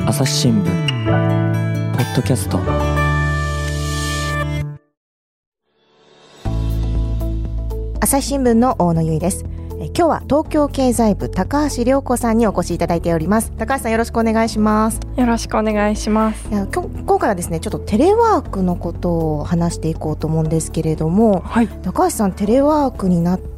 朝日新聞ポッドキャスト。 朝日新聞の大野由依です。今日は東京経済部高橋涼子さんにお越しいただいております。高橋さん、よろしくお願いします。 よろしくお願いします。 今回はですね、ちょっとテレワークのことを話していこうと思うんですけれども、はい、高橋さん、テレワークになって、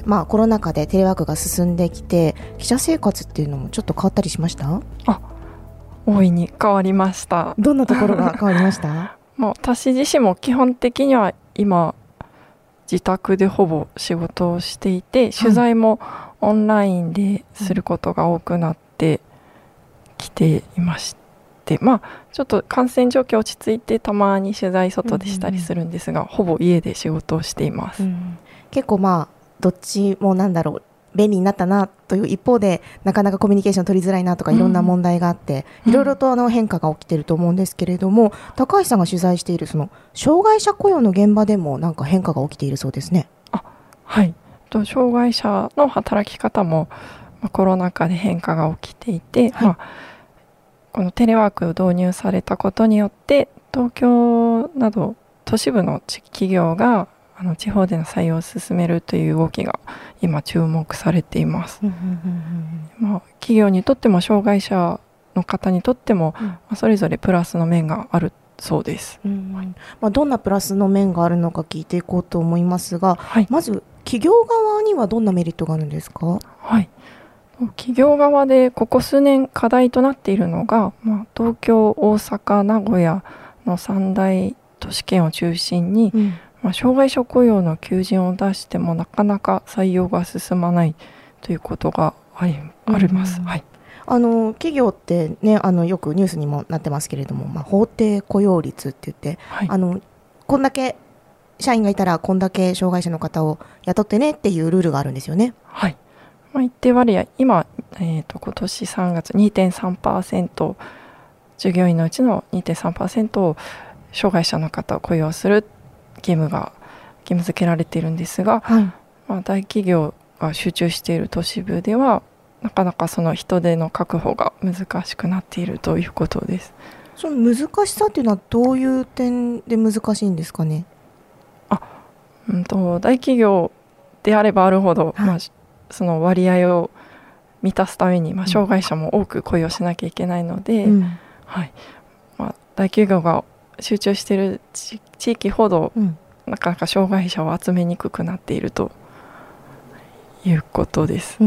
コロナ禍でテレワークが進んできて、記者生活っていうのもちょっと変わったりしました？ 大いに変わりました。 どんなところが変わりました？ 私自身も基本的には今自宅でほぼ仕事をしていて、取材もオンラインですることが多くなってきていまして、ちょっと感染状況落ち着いてたまに取材外でしたりするんですが、ほぼ家で仕事をしています。 結構どっちも便利になったなという一方で、なかなかコミュニケーション取りづらいなとか、いろんな問題があって、いろいろと変化が起きていると思うんですけれども、高橋さんが取材しているその障害者雇用の現場でもなんか変化が起きているそうですね。 はい、障害者の働き方も、コロナ禍で変化が起きていて、このテレワークを導入されたことによって、東京など都市部の企業が地方での採用を進めるという動きが今注目されています。企業にとっても障害者の方にとっても、それぞれプラスの面があるそうです。 どんなプラスの面があるのか聞いていこうと思いますが、まず企業側にはどんなメリットがあるんですか？ 企業側でここ数年課題となっているのが、東京、大阪、名古屋の三大都市圏を中心に、障害者雇用の求人を出してもなかなか採用が進まないということがあります。 企業ってね、よくニュースにもなってますけれども、法定雇用率って言って、こんだけ社員がいたらこんだけ障害者の方を雇ってねっていうルールがあるんですよね。 一定割合、今、今年3月 2.3% 従業員のうちの 2.3% を障害者の方を雇用する義務付けられているんですが、大企業が集中している都市部ではなかなかその人手の確保が難しくなっているということです。 その難しさというのはどういう点で難しいんですかね？ 大企業であればあるほど、その割合を満たすために、障害者も多く雇用しなきゃいけないので、大企業が集中している地域ほど、なかなか障害者を集めにくくなっているということです。 ど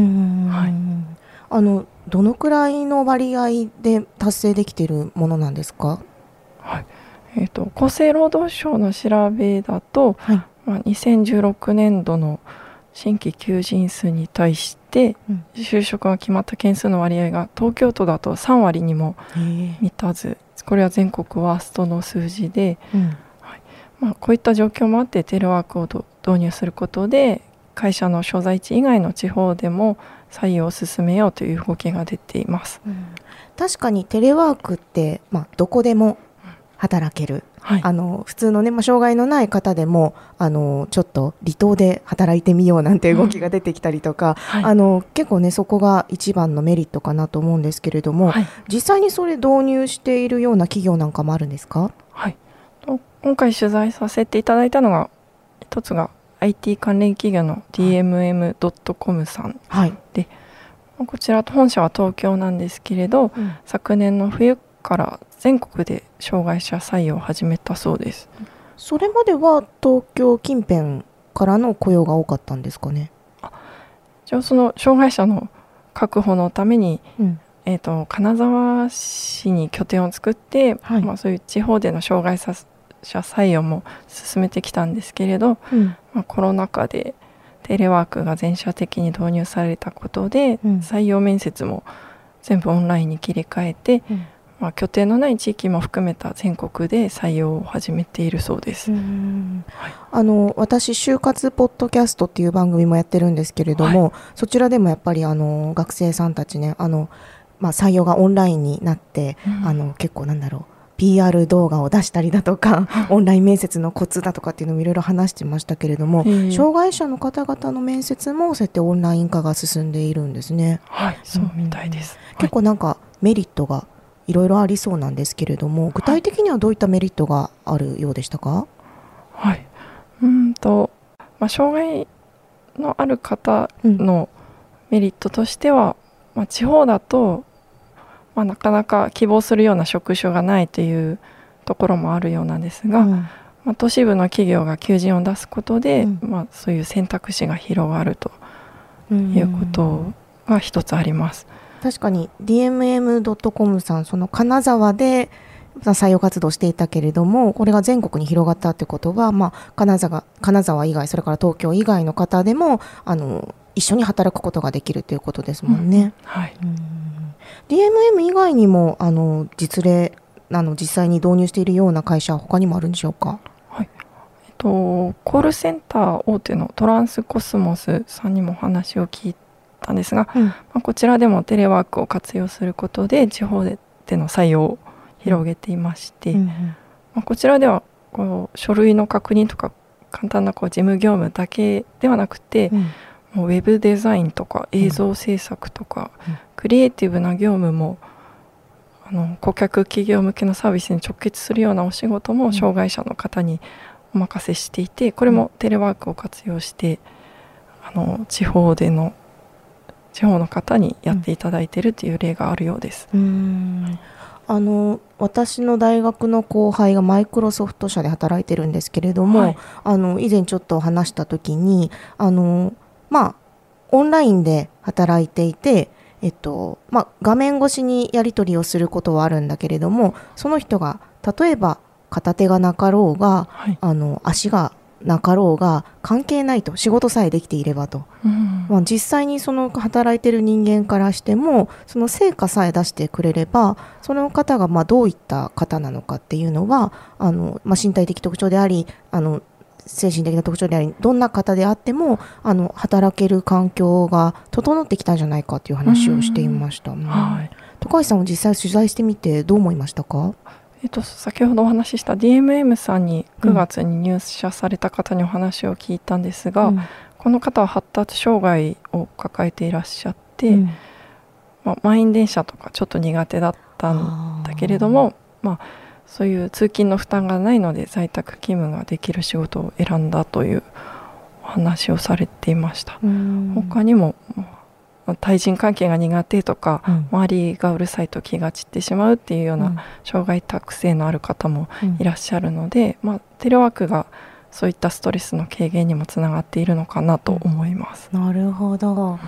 のくらいの割合で達成できているものなんですか？ 厚生労働省の調べだと、2016年度の新規求人数に対して就職が決まった件数の割合が東京都だと3割にも満たず、これは全国ワーストの数字で、こういった状況もあってテレワークを導入することで会社の所在地以外の地方でも採用を進めようという動きが出ています。 確かにテレワークって、どこでも働ける、普通の障害のない方でもちょっと離島で働いてみようなんて動きが出てきたりとか、結構そこが一番のメリットかなと思うんですけれども、実際にそれ導入しているような企業なんかもあるんですか？ 今回取材させていただいたのが、一つが IT 関連企業の DMM.com さんで、こちら本社は東京なんですけれど、昨年の冬から全国で障害者採用を始めたそうです。 それまでは東京近辺からの雇用が多かったんですかね？ その障害者の確保のために、金沢市に拠点を作って、そういう地方での障害者採用も進めてきたんですけれど、コロナ禍でテレワークが全社的に導入されたことで、採用面接も全部オンラインに切り替えて、拠点のない地域も含めた全国で採用を始めているそうです。 私就活ポッドキャストっていう番組もやってるんですけれども、そちらでもやっぱり学生さんたちね、採用がオンラインになって、結構PR 動画を出したりだとかオンライン面接のコツだとかっていうのもいろいろ話してましたけれども、障害者の方々の面接もそうやってオンライン化が進んでいるんですね。 はい、そうみたいです。 結構なんかメリットがいろいろありそうなんですけれども、具体的にはどういったメリットがあるようでしたか？ はい、障害のある方のメリットとしては、地方だと、なかなか希望するような職種がないというところもあるようなんですが、都市部の企業が求人を出すことで、そういう選択肢が広がるということが一つあります。 確かに DMM.com さん、その金沢で採用活動していたけれども、これが全国に広がったってことは、金沢以外、それから東京以外の方でも一緒に働くことができるということですもんね。 はい、 DMM 以外にも実際に導入しているような会社は他にもあるんでしょうか？ はい、コールセンター大手のトランスコスモスさんにもお話を聞いたんですが、こちらでもテレワークを活用することで地方での採用を広げていまして、こちらでは書類の確認とか簡単な事務業務だけではなくて、もうウェブデザインとか映像制作とか、クリエイティブな業務も顧客企業向けのサービスに直結するようなお仕事も障害者の方にお任せしていて、これもテレワークを活用して地方の方にやっていただいているという例があるようです。 私の大学の後輩がマイクロソフト社で働いてるんですけれども、以前ちょっと話した時にオンラインで働いていて、画面越しにやり取りをすることはあるんだけれども、その人が例えば片手がなかろうが、足がなかろうが関係ないと、仕事さえできていればと、実際にその働いている人間からしても、その成果さえ出してくれれば、その方がどういった方なのかっていうのは身体的特徴であり精神的な特徴であり、どんな方であっても働ける環境が整ってきたんじゃないかという話をしていました。高橋さんは実際取材してみてどう思いましたか？ 先ほどお話しした DMM さんに9月に入社された方にお話を聞いたんですが、この方は発達障害を抱えていらっしゃって、満員電車とかちょっと苦手だったんだけれども、そういう通勤の負担がないので在宅勤務ができる仕事を選んだというお話をされていました。他にも対人関係が苦手とか、周りがうるさいと気が散ってしまうっていうような障害特性のある方もいらっしゃるので、テレワークがそういったストレスの軽減にもつながっているのかなと思います。 なるほど。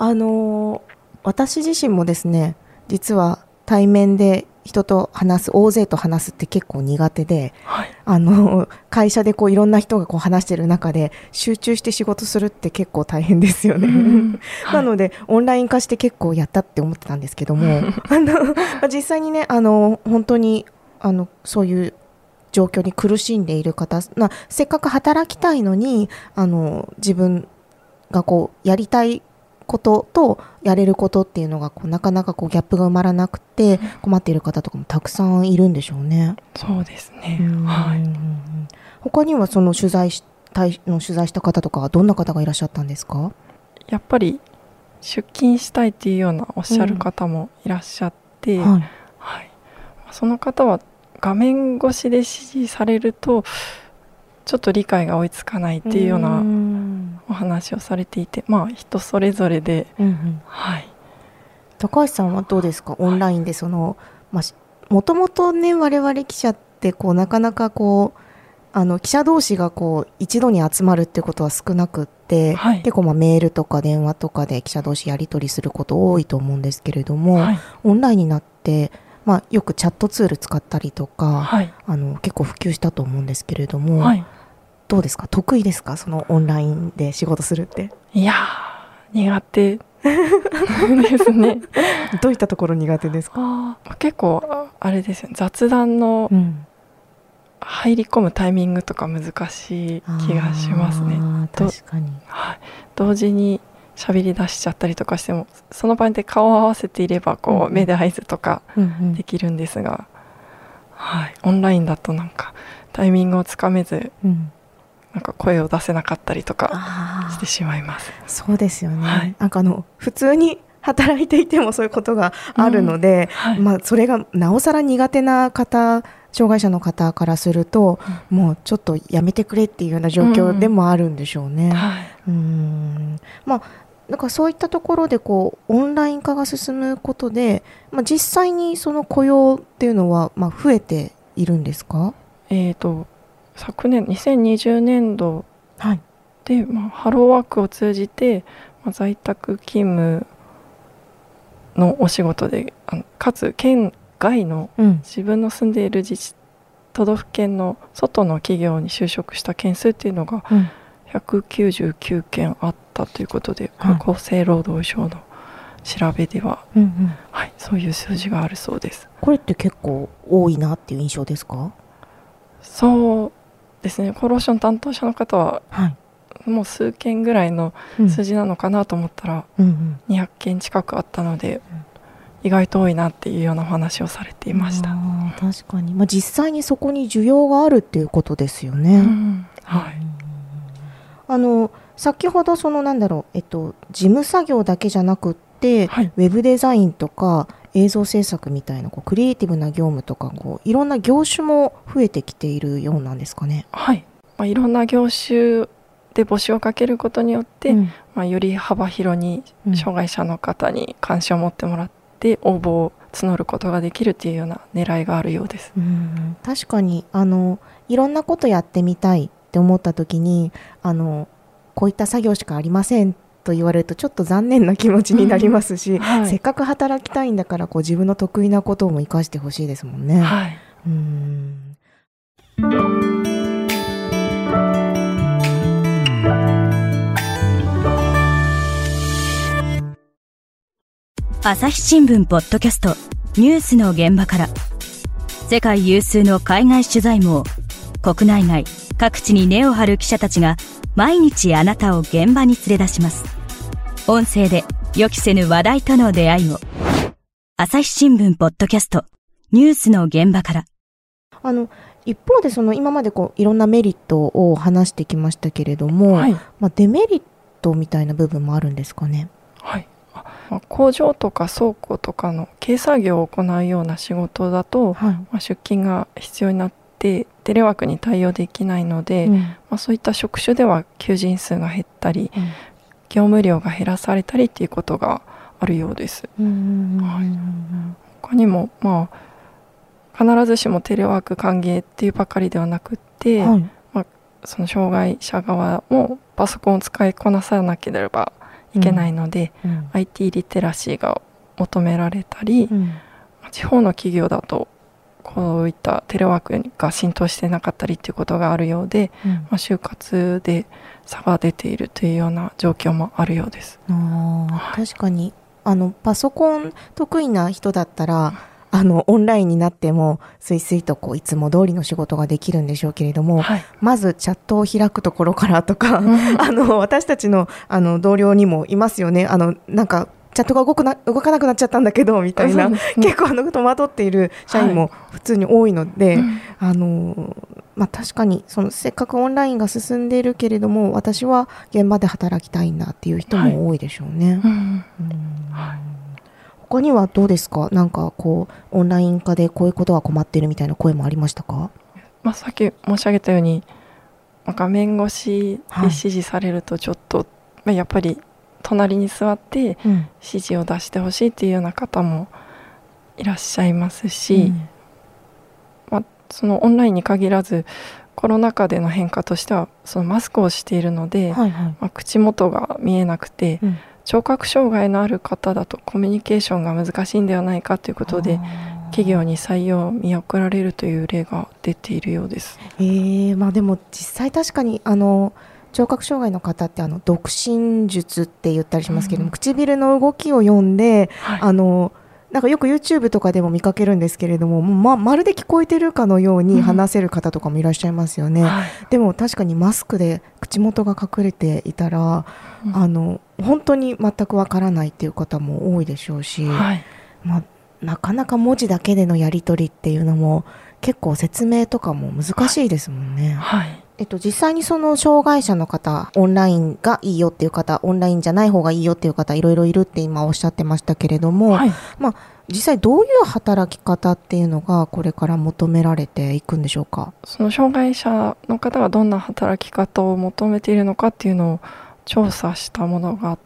私自身もですね、実は対面で人と話す、大勢と話すって結構苦手で、会社でいろんな人が話してる中で集中して仕事するって結構大変ですよね。なのでオンライン化して結構やったって思ってたんですけども実際にね、本当にそういう状況に苦しんでいる方、せっかく働きたいのに自分がやりたいこととやれることっていうのがなかなかギャップが埋まらなくて困っている方とかもたくさんいるんでしょうね。 そうですね。 他にはその取材した方とかはどんな方がいらっしゃったんですか？やっぱり出勤したいっていうようなおっしゃる方もいらっしゃって、その方は画面越しで指示されるとちょっと理解が追いつかないっていうようなお話をされていて、人それぞれで、 高橋さんはどうですか？オンラインでもともとね、我々記者ってなかなか記者同士が一度に集まるってことは少なくって、結構メールとか電話とかで記者同士やり取りすること多いと思うんですけれども、オンラインになってよくチャットツール使ったりとか、結構普及したと思うんですけれども、どうですか？得意ですか？そのオンラインで仕事するって。 いや苦手ですね。 どういったところ苦手ですか？ 結構あれですよね、雑談の入り込むタイミングとか難しい気がしますね。 確かに、 同時に喋り出しちゃったりとかしても、その場で顔を合わせていれば目で合図とかできるんですが、オンラインだとタイミングをつかめず、声を出せなかったりとかしてしまいます。 そうですよね。普通に働いていてもそういうことがあるので、それがなおさら苦手な障害者の方からすると、もうちょっとやめてくれっていうような状況でもあるんでしょうね。だからそういったところでオンライン化が進むことで、実際にその雇用っていうのは増えているんですか？ 昨年2020年度で、ハローワークを通じて、在宅勤務のお仕事でかつ県外の自分の住んでいる都道府県の外の企業に就職した件数っていうのが199件あったということで、厚生労働省の調べでは、そういう数字があるそうです。 これって結構多いなっていう印象ですか？ そうですね、厚労省の担当者の方は、もう数件ぐらいの数字なのかなと思ったら、200件近くあったので、意外と多いなっていうようなお話をされていました。 確かに、実際にそこに需要があるっていうことですよね。先ほど事務作業だけじゃなくって、ウェブデザインとか映像制作みたいなクリエイティブな業務とかいろんな業種も増えてきているようなんですかね。 いろんな業種で募集をかけることによって、より幅広に障害者の方に関心を持ってもらって応募を募ることができるというような狙いがあるようです。 確かにいろんなことやってみたいって思った時にこういった作業しかありませんと言われるとちょっと残念な気持ちになりますし、せっかく働きたいんだから自分の得意なことも生かしてほしいですもんね。 朝日新聞ポッドキャストニュースの現場から、世界有数の海外取材網、国内外各地に根を張る記者たちが毎日あなたを現場に連れ出します。音声で予期せぬ話題との出会いを。朝日新聞ポッドキャストニュースの現場から。 一方で今までいろんなメリットを話してきましたけれども、デメリットみたいな部分もあるんですかね。 工場とか倉庫とかの軽作業を行うような仕事だと、出勤が必要になってテレワークに対応できないので、そういった職種では求人数が減ったり、業務量が減らされたりっていうことがあるようです。他にも必ずしもテレワーク歓迎っていうばかりではなくって、その障害者側もパソコンを使いこなさなければいけないので、IT リテラシーが求められたり、地方の企業だとこういったテレワークが浸透してなかったりということがあるようで、就活で差が出ているというような状況もあるようです。 確かにパソコン得意な人だったらオンラインになってもスイスイといつも通りの仕事ができるんでしょうけれども、まずチャットを開くところからとか、私たちの同僚にもいますよね。なんかチャットが動かなくなっちゃったんだけどみたいな、結構戸惑っている社員も普通に多いので、確かにせっかくオンラインが進んでいるけれども私は現場で働きたいんだっていう人も多いでしょうね。他にはどうですか？なんかオンライン化でこういうことは困っているみたいな声もありましたか？ さっき申し上げたように画面越しで指示されるとちょっと、やっぱり隣に座って指示を出してほしいっていうような方もいらっしゃいますし、そのオンラインに限らずコロナ禍での変化としてはそのマスクをしているので、口元が見えなくて、聴覚障害のある方だとコミュニケーションが難しいんではないかということで企業に採用を見送られるという例が出ているようです。 でも実際確かに聴覚障害の方って読心術って言ったりしますけども、唇の動きを読んで、なんかよく YouTube とかでも見かけるんですけれども、まるで聞こえてるかのように話せる方とかもいらっしゃいますよね。でも確かにマスクで口元が隠れていたら、本当に全くわからないっていう方も多いでしょうし、なかなか文字だけでのやり取りっていうのも結構説明とかも難しいですもんね。 実際にその障害者の方、オンラインがいいよっていう方、オンラインじゃない方がいいよっていう方、いろいろいるって今おっしゃってましたけれども、実際どういう働き方っていうのがこれから求められていくんでしょうか。 その障害者の方がどんな働き方を求めているのかっていうのを調査したものがあって、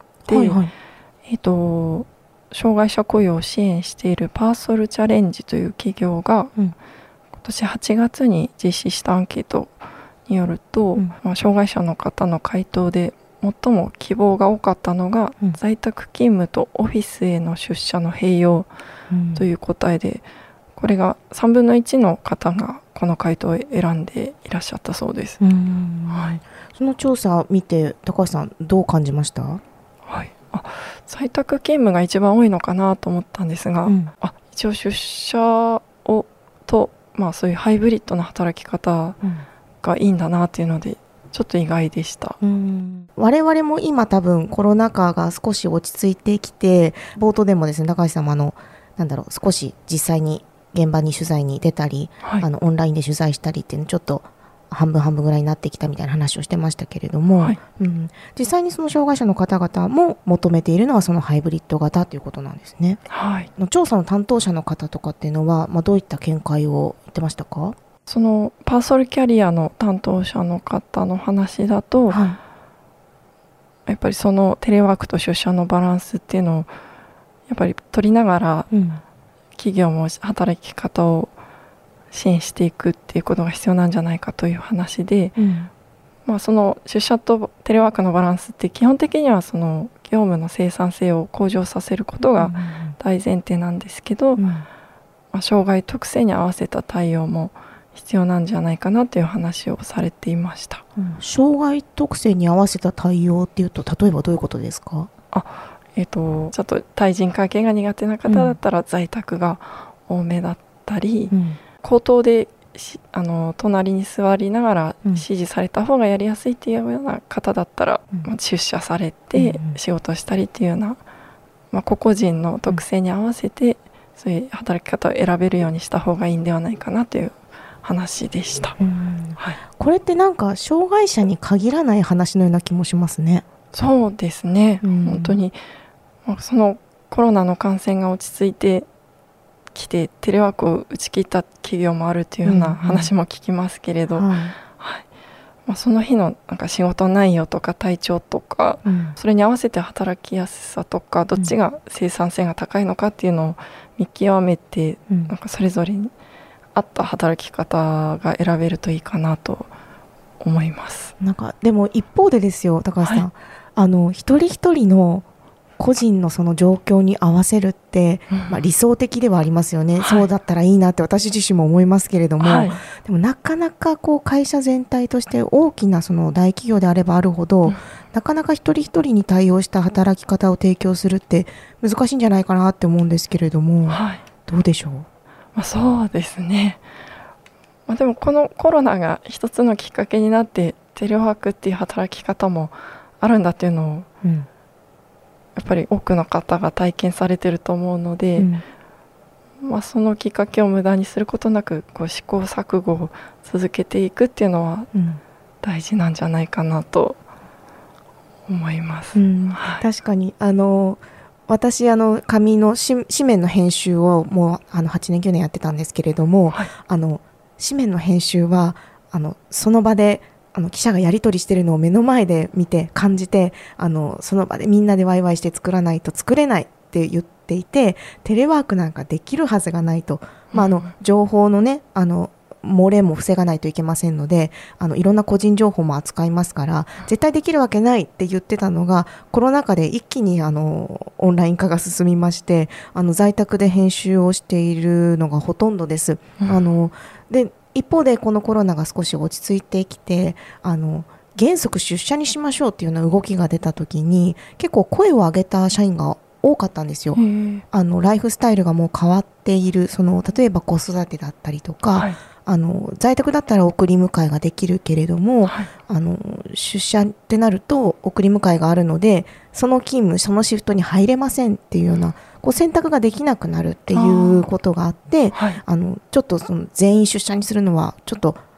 障害者雇用を支援しているパーソルチャレンジという企業が、今年8月に実施したアンケートによると、障害者の方の回答で最も希望が多かったのが、在宅勤務とオフィスへの出社の併用という答えで、これが3分の1の方がこの回答を選んでいらっしゃったそうです。 その調査を見て高橋さんどう感じました？ 在宅勤務が一番多いのかなと思ったんですが、一応出社をと、そういうハイブリッドな働き方がいいんだなっていうのでちょっと意外でした。 我々も今多分コロナ禍が少し落ち着いてきて、冒頭でもですね高橋さんも少し実際に現場に取材に出たり、オンラインで取材したりっていうのちょっと半分半分ぐらいになってきたみたいな話をしてましたけれども、実際にその障害者の方々も求めているのはそのハイブリッド型ということなんですね。調査の担当者の方とかっていうのは、どういった見解を言ってましたか？ そのパーソルキャリアの担当者の方の話だと、やっぱりそのテレワークと出社のバランスっていうのをやっぱり取りながら、企業も働き方を支援していくっていうことが必要なんじゃないかという話で、その出社とテレワークのバランスって基本的にはその業務の生産性を向上させることが大前提なんですけど、障害特性に合わせた対応も必要なんじゃないかなという話をされていました。 障害特性に合わせた対応っていうと例えばどういうことですか？ ちょっと対人関係が苦手な方だったら在宅が多めだったり、口頭で隣に座りながら指示された方がやりやすいっていうような方だったら、出社されて仕事したりっていうような、個々人の特性に合わせてそういう働き方を選べるようにした方がいいんではないかなという話でした。 これってなんか障害者に限らない話のような気もしますね。 そうですね、本当にそのコロナの感染が落ち着いてきてテレワークを打ち切った企業もあるというような話も聞きますけれど、その日の仕事内容とか体調とか、それに合わせて働きやすさとかどっちが生産性が高いのかっていうのを見極めて、それぞれに合った働き方が選べるといいかなと思います。 でも一方でですよ高橋さん、一人一人の個人のその状況に合わせるって、理想的ではありますよね。そうだったらいいなって私自身も思いますけれども、でもなかなか会社全体として大きなその大企業であればあるほど、なかなか一人一人に対応した働き方を提供するって難しいんじゃないかなって思うんですけれども、どうでしょう？そうですね、でもこのコロナが一つのきっかけになってテレワークっていう働き方もあるんだっていうのを、やっぱり多くの方が体験されてると思うので、そのきっかけを無駄にすることなく試行錯誤を続けていくっていうのは大事なんじゃないかなと思います。 確かに私紙の紙面の編集をもう8年9年やってたんですけれども、紙面の編集はその場で記者がやり取りしてるのを目の前で見て感じてその場でみんなでワイワイして作らないと作れないって言っていて、テレワークなんかできるはずがないと、情報のね漏れも防がないといけませんのでいろんな個人情報も扱いますから絶対できるわけないって言ってたのが、コロナ禍で一気にオンライン化が進みまして、在宅で編集をしているのがほとんどです。で一方でこのコロナが少し落ち着いてきて原則出社にしましょうっていうような動きが出た時に結構声を上げた社員が多かったんですよ。ライフスタイルがもう変わっている、例えば子育てだったりとか、在宅だったら送り迎えができるけれども、出社ってなると送り迎えがあるのでその勤務そのシフトに入れませんっていうような選択ができなくなるっていうことがあって、ちょっと全員出社にするのはちょっと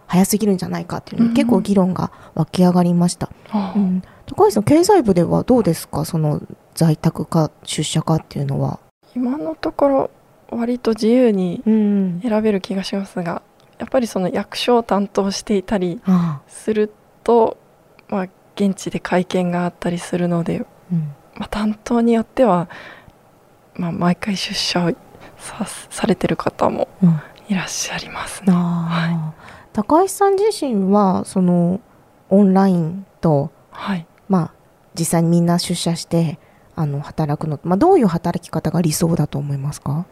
早すぎるんじゃないかっていうのに結構議論が湧き上がりました。高橋さん、経済部ではどうですか、その在宅か出社かっていうのは。 今のところ割と自由に選べる気がしますが、やっぱりその役所を担当していたりすると、現地で会見があったりするので、担当によっては、毎回出社をされてる方もいらっしゃいますね。 高橋さん自身はそのオンラインと、実際にみんな出社して働くの、どういう働き方が理想だと思いますか？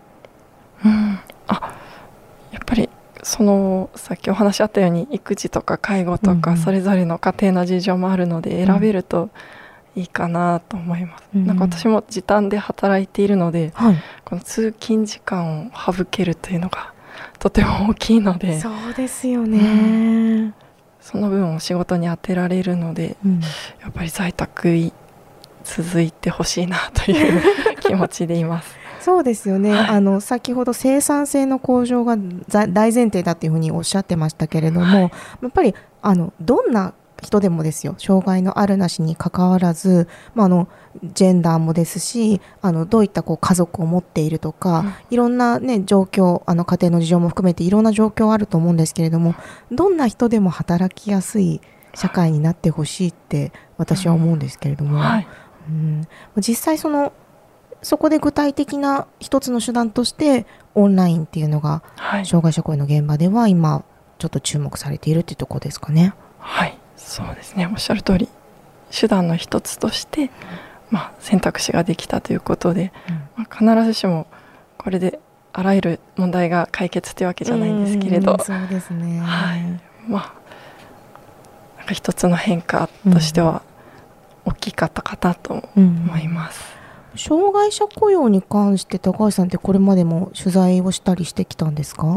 やっぱりさっきお話あったように育児とか介護とかそれぞれの家庭の事情もあるので選べるといいかなと思います。なんか私も時短で働いているので、この通勤時間を省けるというのがとても大きいので。 そうですよね、 その分を仕事に当てられるので、やっぱり在宅続いてほしいなという気持ちでいます。 そうですよね、先ほど生産性の向上が大前提だっていうふうにおっしゃってましたけれども、やっぱりどんな人でもですよ、障害のあるなしにかかわらず、ジェンダーもですし、どういった家族を持っているとか、いろんな、状況、家庭の事情も含めていろんな状況あると思うんですけれども、どんな人でも働きやすい社会になってほしいって私は思うんですけれども、実際そこで具体的な一つの手段としてオンラインっていうのが、障害者雇用の現場では今ちょっと注目されているっていうところですかね。 そうですね、おっしゃる通り手段の一つとして、選択肢ができたということで、必ずしもこれであらゆる問題が解決というわけじゃないんですけれど、 そうですね、 なんか一つの変化としては大きかったかなと思います。 障害者雇用に関して高橋さんってこれまでも取材をしたりしてきたんですか？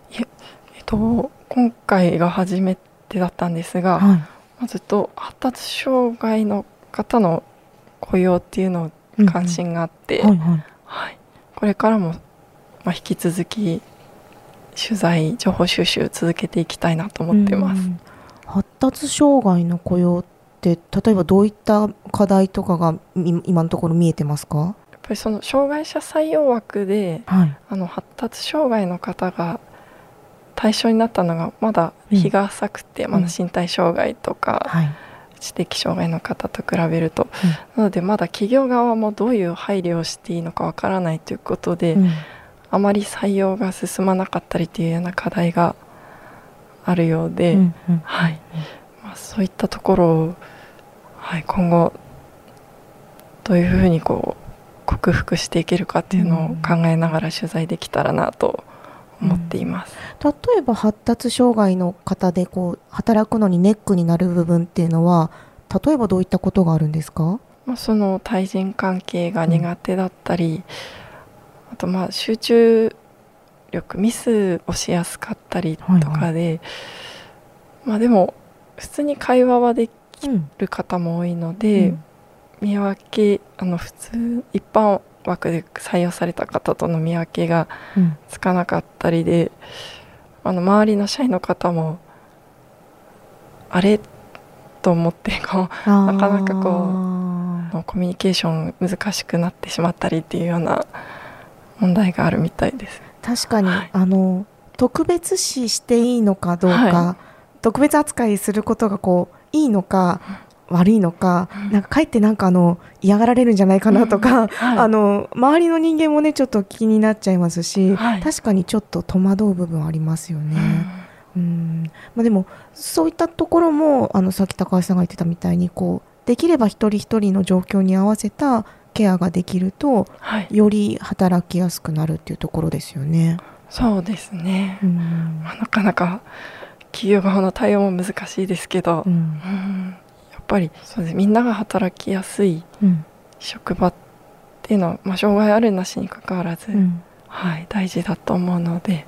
今回が初めてだったんですが、ずっと発達障害の方の雇用っていうのを関心があって、これからも引き続き取材情報収集続けていきたいなと思っています。 発達障害の雇用って例えばどういった課題とかが今のところ見えてますか？ やっぱりその障害者採用枠で、発達障害の方が対象になったのがまだ日が浅くて、まだ身体障害とか、知的障害の方と比べると、なのでまだ企業側もどういう配慮をしていいのかわからないということで、あまり採用が進まなかったりというような課題があるようで、そういったところを、今後どういうふうに克服していけるかっていうのを考えながら取材できたらなと思っています。 例えば発達障害の方で働くのにネックになる部分っていうのは、例えばどういったことがあるんですか？ その対人関係が苦手だったり、あと集中力ミスをしやすかったりとかで、でも普通に会話はできる方も多いので、見分け普通一般枠で採用された方との見分けがつかなかったりで、周りの社員の方もあれと思ってなかなかコミュニケーション難しくなってしまったりっていうような問題があるみたいです。 確かに、特別視していいのかどうか、特別扱いすることがいいのか悪いのか、かえって嫌がられるんじゃないかなとか、周りの人間もねちょっと気になっちゃいますし、確かにちょっと戸惑う部分はありますよね。でもそういったところもさっき高橋さんが言ってたみたいにできれば一人一人の状況に合わせたケアができると、より働きやすくなるっていうところですよね。 そうですね、なかなか企業側の対応も難しいですけど、やっぱりそうです、みんなが働きやすい職場っていうのは、障害あるなしにかかわらず、大事だと思うので、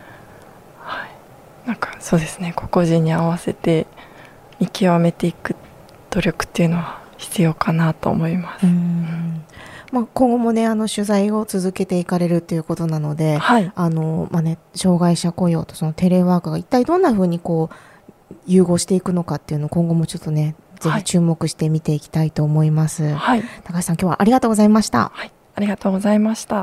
そうですね、個々人に合わせて見極めていく努力っていうのは必要かなと思います。 今後もね取材を続けていかれるということなので、 はい、 障害者雇用とそのテレワークが一体どんなふうに融合していくのかっていうのを今後もちょっとねぜひ注目して見ていきたいと思います。 はい、 高橋さん、今日はありがとうございました。 はい、ありがとうございました。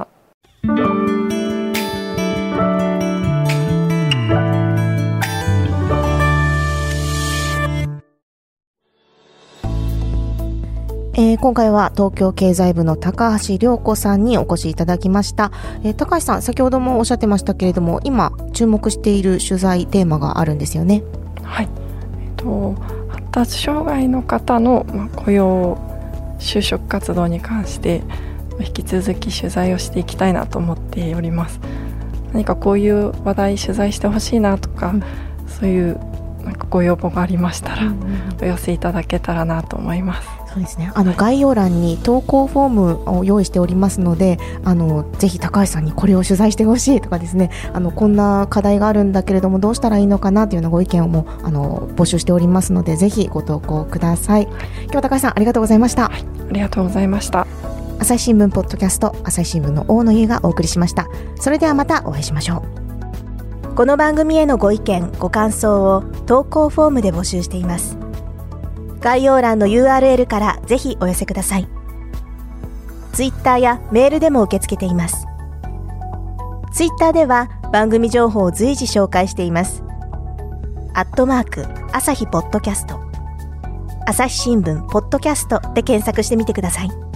今回は東京経済部の高橋涼子さんにお越しいただきました。高橋さん、先ほどもおっしゃってましたけれども、今注目している取材テーマがあるんですよね。 はい、発達障害の方の雇用就職活動に関して引き続き取材をしていきたいなと思っております。何かこういう話題取材してほしいなとか、そういうご要望がありましたらお寄せいただけたらなと思います。 そうですね、概要欄に投稿フォームを用意しておりますので、ぜひ高橋さんにこれを取材してほしいとかですね、こんな課題があるんだけれどもどうしたらいいのかなというようなご意見をも募集しておりますので、ぜひご投稿ください。今日は高橋さんありがとうございました。 はい、ありがとうございました。 朝日新聞ポッドキャスト、朝日新聞の大野優がお送りしました。それではまたお会いしましょう。この番組へのご意見ご感想を投稿フォームで募集しています。概要欄の URL からぜひお寄せください。ツイッターやメールでも受け付けています。ツイッターでは番組情報を随時紹介しています。@朝日ポッドキャスト、朝日新聞ポッドキャストで検索してみてください。